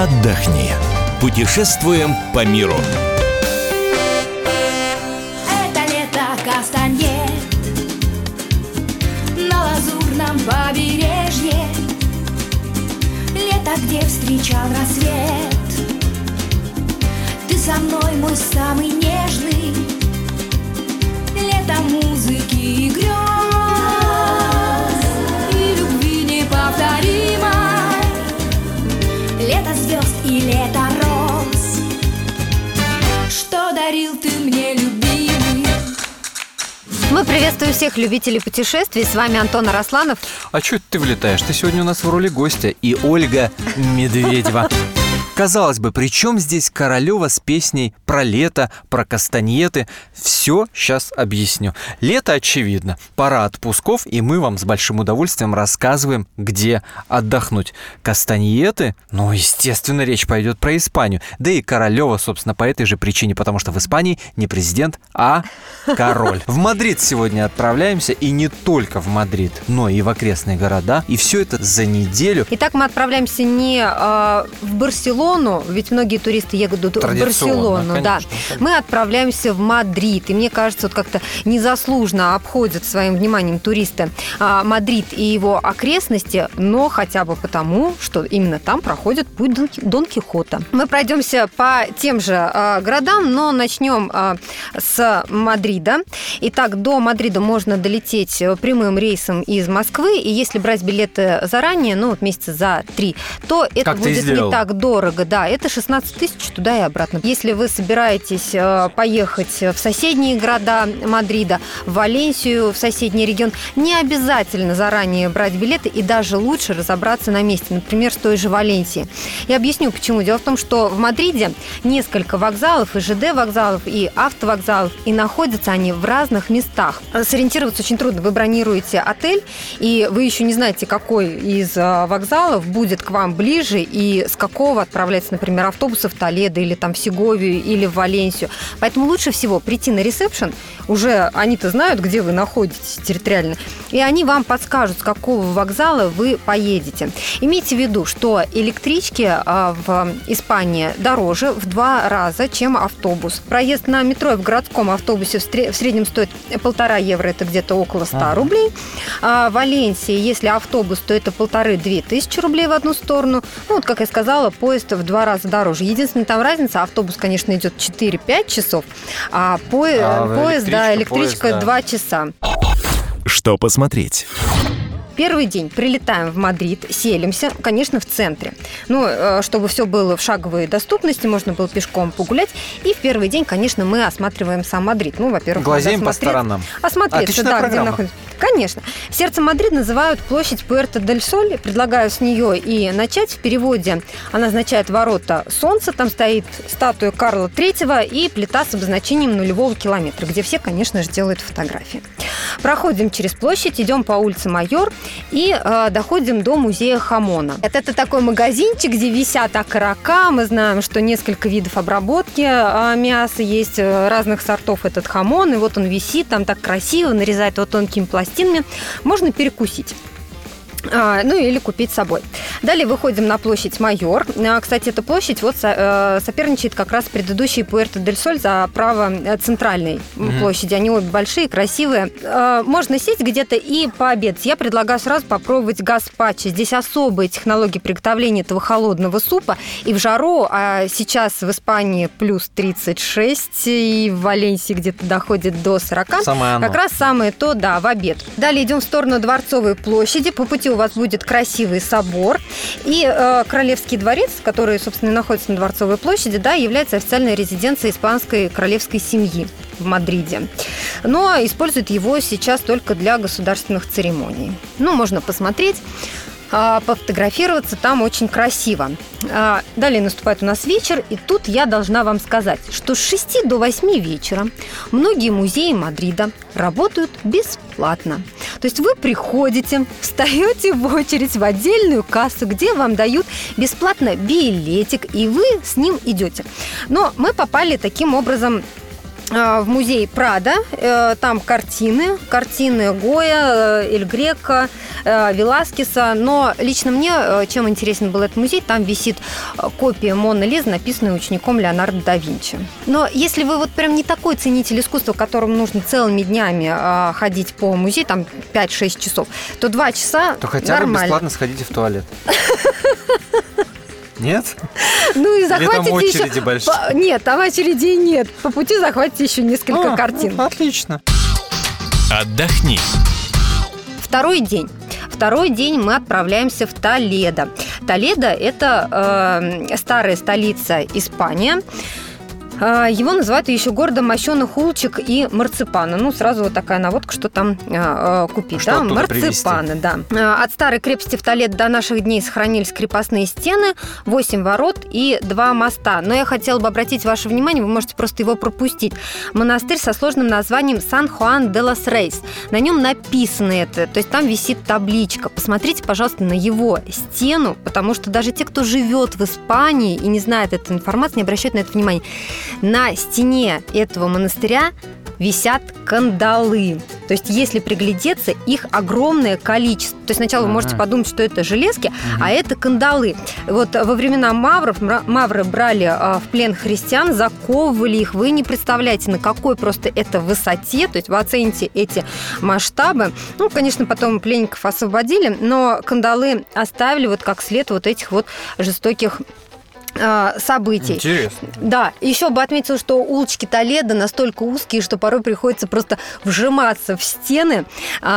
отдохни. Путешествуем по миру. Это лето Кастаньет на лазурном побережье. Лето, где встречал рассвет. Ты со мной, мой самый нежный. Лето музыки и грез, и любви неповторимой. Лето звезд и лето роз. Что дарил ты мне, любимый? Мы приветствуем всех любителей путешествий. С вами Антон Арасланов. А чё ты вылетаешь? Ты сегодня у нас в роли гостя. И Ольга Медведева. Казалось бы, при чем здесь Королева с песней про лето, про кастаньеты? Все сейчас объясню. Лето, очевидно, пора отпусков, и мы вам с большим удовольствием рассказываем, где отдохнуть. Кастаньеты? Ну, естественно, речь пойдет про Испанию. Да и Королева, собственно, по этой же причине, потому что в Испании не президент, а король. В Мадрид сегодня отправляемся, и не только в Мадрид, но и в окрестные города. И все это за неделю. Итак, мы отправляемся не в Барселону, ведь многие туристы едут в Барселону, да. Мы отправляемся в Мадрид, и мне кажется, вот как-то незаслуженно обходят своим вниманием туристы Мадрид и его окрестности, но хотя бы потому, что именно там проходит путь Дон Кихота. Мы пройдемся по тем же городам, но начнем с Мадрида. Итак, до Мадрида можно долететь прямым рейсом из Москвы, и если брать билеты заранее, ну вот месяца за 3, то это как будет не так дорого. Да, это 16 тысяч туда и обратно. Если вы собираетесь поехать в соседние города Мадрида, в Валенсию, в соседний регион, не обязательно заранее брать билеты, и даже лучше разобраться на месте, например, с той же Валенсией. Я объясню, почему. Дело в том, что в Мадриде несколько вокзалов, и ЖД-вокзалов, и автовокзалов, и находятся они в разных местах. Сориентироваться очень трудно. Вы бронируете отель, и вы еще не знаете, какой из вокзалов будет к вам ближе, и с какого отправляться, например, автобусы в Толедо или там в Сеговию или в Валенсию. Поэтому лучше всего прийти на ресепшн, уже они-то знают, где вы находитесь территориально, и они вам подскажут, с какого вокзала вы поедете. Имейте в виду, что электрички в Испании дороже в 2 раза, чем автобус. Проезд на метро и в городском автобусе в среднем стоит 1,5 евро, это где-то около 100 рублей. В Валенсии, если автобус, то это 1500-2 тысячи рублей в одну сторону. Ну, вот, как я сказала, поезд в 2 раза дороже. Единственная там разница, автобус, конечно, идет 4-5 часов, а поезд, да, электричка 2 часа. Что посмотреть? Первый день прилетаем в Мадрид, селимся, конечно, в центре. Ну, чтобы все было в шаговой доступности, можно было пешком погулять. И в первый день, конечно, мы осматриваем сам Мадрид. Ну, во-первых, глазеем по сторонам. Осмотреться, да, где находится. Конечно. Сердце Мадрида называют площадь Пуэрто-дель-Соль. Предлагаю с нее и начать. В переводе она означает «ворота солнца». Там стоит статуя Карла III и плита с обозначением нулевого километра, где все, конечно же, делают фотографии. Проходим через площадь, идем по улице Майор и доходим до музея хамона. Это такой магазинчик, где висят окорока. Мы знаем, что несколько видов обработки мяса есть, разных сортов этот хамон. И вот он висит, там так красиво, нарезает вот тонкими пластинами. Можно перекусить. Ну или купить с собой. Далее выходим на площадь Майор. Кстати, эта площадь вот соперничает как раз с предыдущей Пуэрто-дель-Соль за право центральной площади. Они обе большие, красивые. Можно сесть где-то и пообедать. Я предлагаю сразу попробовать гаспачо. Здесь особые технологии приготовления этого холодного супа. И в жару, а сейчас в Испании плюс 36, и в Валенсии где-то доходит до 40. Как раз самое то, да, в обед. Далее идем в сторону Дворцовой площади. По пути у вас будет красивый собор. И Королевский дворец, который, собственно, находится на Дворцовой площади, да, является официальной резиденцией испанской королевской семьи в Мадриде. Но используют его сейчас только для государственных церемоний. Ну, можно посмотреть, пофотографироваться, там очень красиво. Далее наступает у нас вечер, и тут я должна вам сказать, что с 6 до 8 вечера многие музеи Мадрида работают бесплатно. То есть вы приходите, встаете в очередь в отдельную кассу, где вам дают бесплатно билетик, и вы с ним идете. Но мы попали таким образом в музей Прадо. Там картины Гоя, Эль Греко, Веласкеса. Но лично мне, чем интересен был этот музей, там висит копия Моны Лизы, написанная учеником Леонардо да Винчи. Но если вы вот прям не такой ценитель искусства, которому нужно целыми днями ходить по музею, там 5-6 часов, то 2 часа То хотя бы нормально. бесплатно сходите в туалет. Нет? Ну и Или там захватите очереди еще... большие? Нет, там очередей нет. По пути захватите еще несколько картин. Ну, отлично. Отдохни. Второй день мы отправляемся в Толедо. Толедо – это старая столица Испании. Его называют еще городом мощеных улочек и марципана. Ну, сразу вот такая наводка, что там купить. Что да? оттуда Марципаны, да. От старой крепости в Толедо до наших дней сохранились крепостные стены, 8 ворот и 2 моста. Но я хотела бы обратить ваше внимание, вы можете просто его пропустить. Монастырь со сложным названием Сан-Хуан-де-лас-Рейс. На нем написано это, то есть там висит табличка. Посмотрите, пожалуйста, на его стену, потому что даже те, кто живет в Испании и не знает этой информации, не обращают на это внимания. На стене этого монастыря висят кандалы. То есть, если приглядеться, их огромное количество. То есть, сначала вы можете подумать, что это железки, а это кандалы. Вот во времена мавры брали в плен христиан, заковывали их. Вы не представляете, на какой просто это высоте. То есть, вы оцените эти масштабы. Ну, конечно, потом пленников освободили, но кандалы оставили вот как след вот этих вот жестоких событий. Интересно. Да, еще бы отметила, что улочки Толедо настолько узкие, что порой приходится просто вжиматься в стены.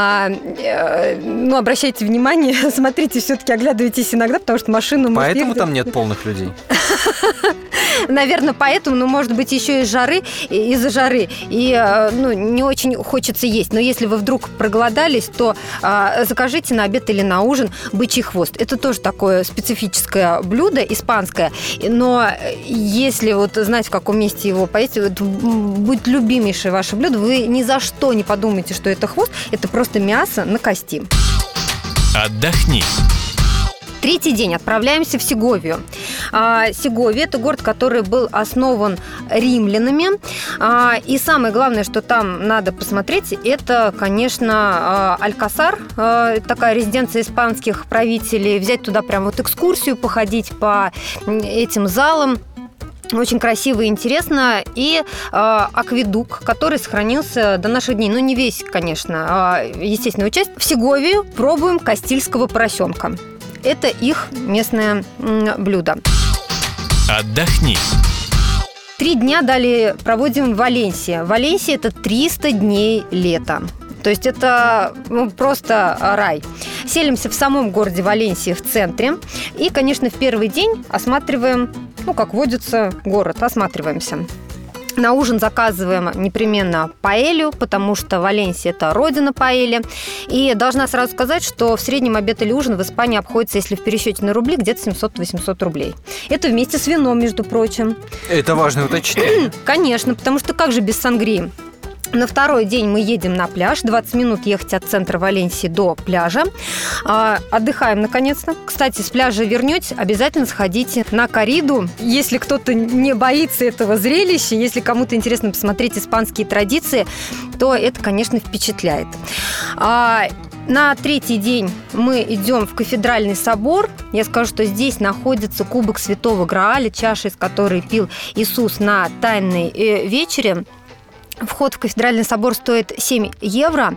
Ну, обращайте внимание, смотрите, все-таки оглядывайтесь иногда, потому что машину... Поэтому там нет полных людей? Наверное, поэтому, но, может быть, еще из-за жары. И, ну, не очень хочется есть. Но если вы вдруг проголодались, то закажите на обед или на ужин бычий хвост. Это тоже такое специфическое блюдо испанское. Но если вот знать, в каком месте его поесть, это будет любимейшее ваше блюдо, вы ни за что не подумайте, что это хвост. Это просто мясо на кости. Отдохни. Третий день. Отправляемся в Сеговию. Сеговия – это город, который был основан римлянами. И самое главное, что там надо посмотреть, это, конечно, Алькасар, такая резиденция испанских правителей. Взять туда прям вот экскурсию, походить по этим залам. Очень красиво и интересно. И акведук, который сохранился до наших дней. Ну, не весь, конечно, естественную часть. В Сеговию пробуем кастильского поросенка. Это их местное блюдо. Отдохни. 3 дня далее проводим в Валенсии. Валенсия – это 300 дней лета. То есть это просто рай. Селимся в самом городе Валенсии, в центре. И, конечно, в первый день осматриваем, как водится, город. Осматриваемся. На ужин заказываем непременно паэлью, потому что Валенсия – это родина паэли. И должна сразу сказать, что в среднем обед или ужин в Испании обходится, если в пересчете на рубли, где-то 700-800 рублей. Это вместе с вином, между прочим. Это важное уточнение. Конечно, потому что как же без сангрии? На второй день мы едем на пляж. 20 минут ехать от центра Валенсии до пляжа. Отдыхаем, наконец-то. Кстати, с пляжа вернетесь, обязательно сходите на корриду. Если кто-то не боится этого зрелища, если кому-то интересно посмотреть испанские традиции, то это, конечно, впечатляет. На третий день мы идем в кафедральный собор. Я скажу, что здесь находится кубок Святого Грааля, чаша, из которой пил Иисус на Тайной вечере. Вход в кафедральный собор стоит 7 евро.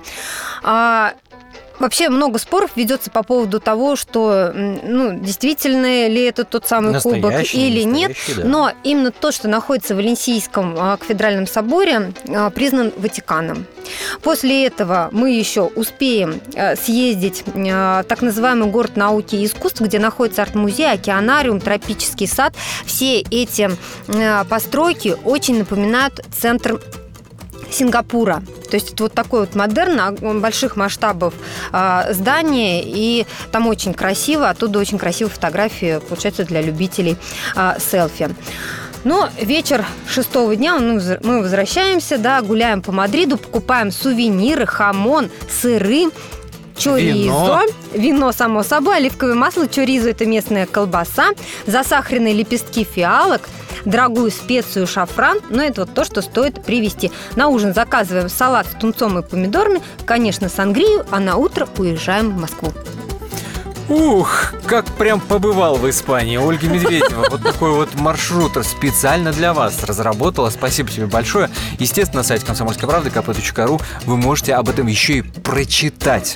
Вообще много споров ведется по поводу того, что действительно ли это тот самый кубок или нет. Да. Но именно то, что находится в Валенсийском кафедральном соборе, признан Ватиканом. После этого мы еще успеем съездить в так называемый город науки и искусств, где находится арт-музей, океанариум, тропический сад. Все эти постройки очень напоминают центр Сингапура. То есть это вот такой вот модерн, больших масштабов здание, и там очень красиво, оттуда очень красивые фотографии получаются для любителей селфи. Но вечер 6-го дня мы возвращаемся, да, гуляем по Мадриду, покупаем сувениры, хамон, сыры, чоризо, вино, само собой, оливковое масло, чоризо – это местная колбаса, засахаренные лепестки фиалок, дорогую специю шафран. Но это вот то, что стоит привезти. На ужин заказываем салат с тунцом и помидорами, конечно, сангрию, а на утро уезжаем в Москву. Ух, как прям побывал в Испании. Ольга Медведева вот такой вот маршрут специально для вас разработала. Спасибо тебе большое. Естественно, на сайте «Комсомольской правды» kp.ru вы можете об этом еще и прочитать.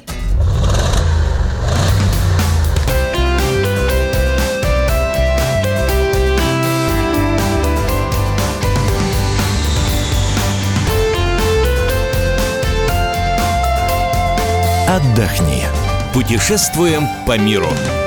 Отдохни. Путешествуем по миру.